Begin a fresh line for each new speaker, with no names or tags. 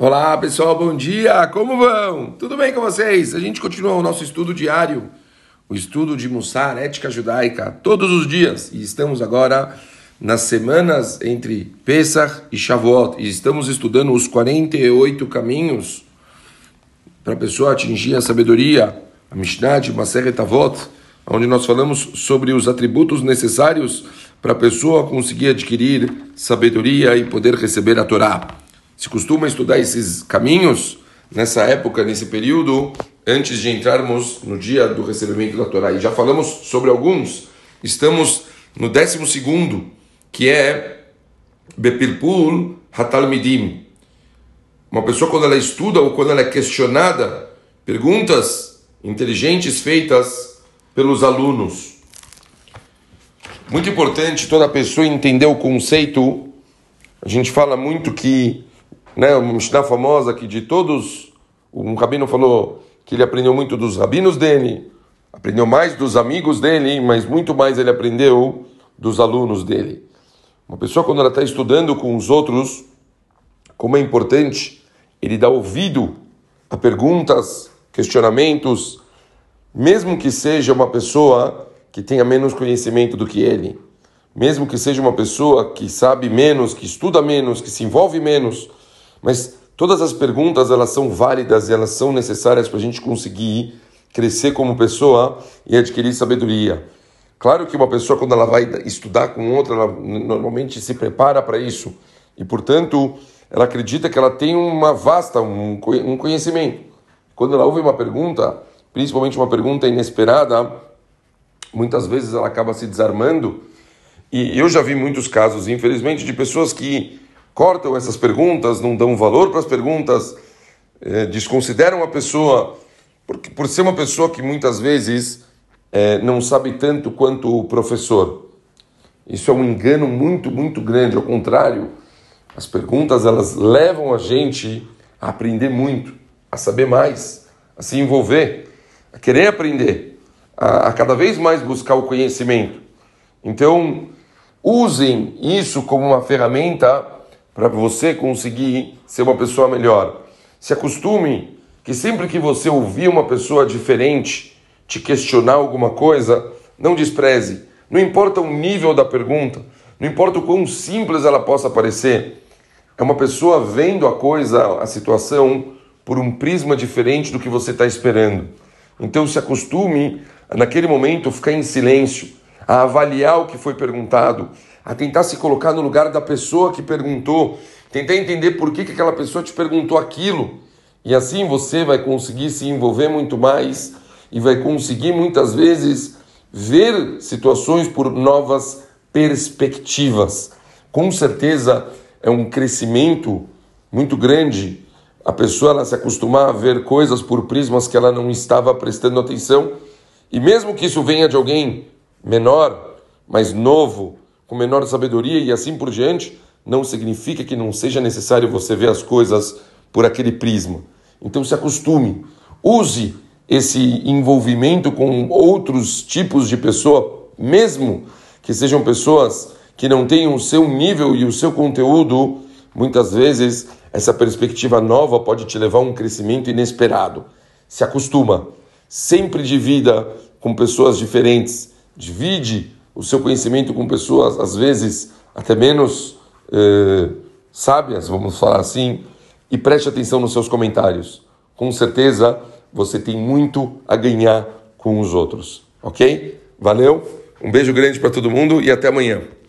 Olá pessoal, bom dia, como vão? Tudo bem com vocês? A gente continua o nosso estudo diário, o estudo de Mussar, ética judaica, todos os dias. E estamos agora nas semanas entre Pesach e Shavuot. E estamos estudando os 48 caminhos para a pessoa atingir a sabedoria, a Mishnah de Maseret Avot, onde nós falamos sobre os atributos necessários para a pessoa conseguir adquirir sabedoria e poder receber a Torá. Se costuma estudar esses caminhos nessa época, nesse período, antes de entrarmos no dia do recebimento da Torá. E já falamos sobre alguns. Estamos no 12º, que é Bepilpul Hatalmidim. Uma pessoa, quando ela estuda ou quando ela é questionada, perguntas inteligentes feitas pelos alunos. Muito importante toda pessoa entender o conceito. A gente fala muito que, uma Mishnah famosa que de todos, um rabino falou que ele aprendeu muito dos rabinos dele, aprendeu mais dos amigos dele, mas muito mais ele aprendeu dos alunos dele. Uma pessoa, quando ela está estudando com os outros, como é importante ele dar ouvido a perguntas, questionamentos, mesmo que seja uma pessoa que tenha menos conhecimento do que ele, mesmo que seja uma pessoa que sabe menos, que estuda menos, que se envolve menos, mas todas as perguntas elas são válidas e elas são necessárias para a gente conseguir crescer como pessoa e adquirir sabedoria. Claro que uma pessoa, quando ela vai estudar com outra, ela normalmente se prepara para isso e, portanto, ela acredita que ela tem uma vasta, um conhecimento. Quando ela ouve uma pergunta, principalmente uma pergunta inesperada, muitas vezes ela acaba se desarmando. E eu já vi muitos casos, infelizmente, de pessoas que cortam essas perguntas, não dão valor para as perguntas, desconsideram a pessoa, por ser uma pessoa que muitas vezes não sabe tanto quanto o professor. Isso é um engano muito, muito grande. Ao contrário, as perguntas elas levam a gente a aprender muito, a saber mais, a se envolver, a querer aprender, a cada vez mais buscar o conhecimento. Então, usem isso como uma ferramenta para você conseguir ser uma pessoa melhor. Se acostume que sempre que você ouvir uma pessoa diferente te questionar alguma coisa, não despreze. Não importa o nível da pergunta, não importa o quão simples ela possa parecer, é uma pessoa vendo a coisa, a situação, por um prisma diferente do que você está esperando. Então se acostume a, naquele momento, ficar em silêncio, a avaliar o que foi perguntado, a tentar se colocar no lugar da pessoa que perguntou, tentar entender por que aquela pessoa te perguntou aquilo, e assim você vai conseguir se envolver muito mais e vai conseguir muitas vezes ver situações por novas perspectivas. Com certeza é um crescimento muito grande a pessoa ela se acostumar a ver coisas por prismas que ela não estava prestando atenção, e mesmo que isso venha de alguém menor, mais novo, com menor sabedoria e assim por diante, não significa que não seja necessário você ver as coisas por aquele prisma. Então se acostume, use esse envolvimento com outros tipos de pessoa, mesmo que sejam pessoas que não tenham o seu nível e o seu conteúdo. Muitas vezes essa perspectiva nova pode te levar a um crescimento inesperado. Se acostuma, sempre divida com pessoas diferentes, divide o seu conhecimento com pessoas, às vezes, até menos sábias, vamos falar assim, e preste atenção nos seus comentários. Com certeza, você tem muito a ganhar com os outros, ok? Valeu, um beijo grande para todo mundo e até amanhã.